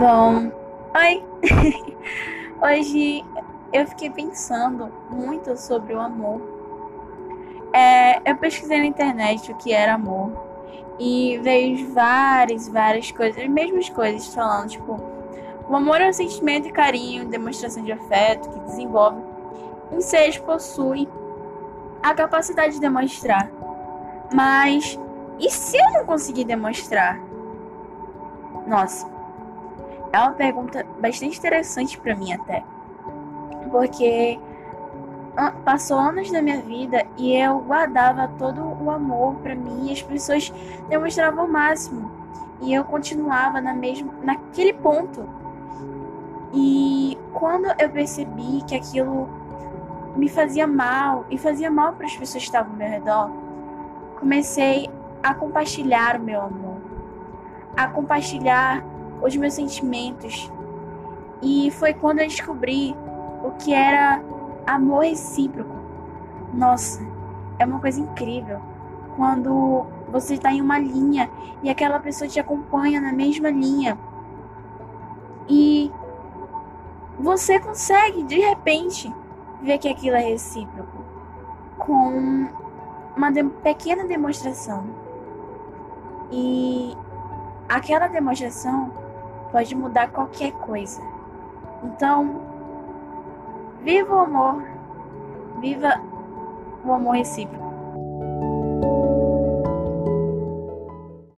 Bom, oi! Hoje eu fiquei pensando muito sobre o amor. Eu pesquisei na internet o que era amor e veio várias coisas, as mesmas coisas falando, tipo, o amor é um sentimento de carinho, demonstração de afeto que desenvolve em seres possui a capacidade de demonstrar. Mas e se eu não conseguir demonstrar? Nossa, é uma pergunta bastante interessante pra mim até, porque passou anos da minha vida e eu guardava todo o amor pra mim e as pessoas demonstravam o máximo e eu continuava naquele ponto. E quando eu percebi que aquilo me fazia mal e fazia mal para as pessoas que estavam ao meu redor, comecei a compartilhar o meu amor, a compartilhar os meus sentimentos. E foi quando eu descobri o que era amor recíproco. Nossa, é uma coisa incrível. Quando você está em uma linha e aquela pessoa te acompanha na mesma linha e você consegue, de repente, ver que aquilo é recíproco com uma pequena demonstração. E aquela demonstração pode mudar qualquer coisa. Então, viva o amor, viva o amor recíproco.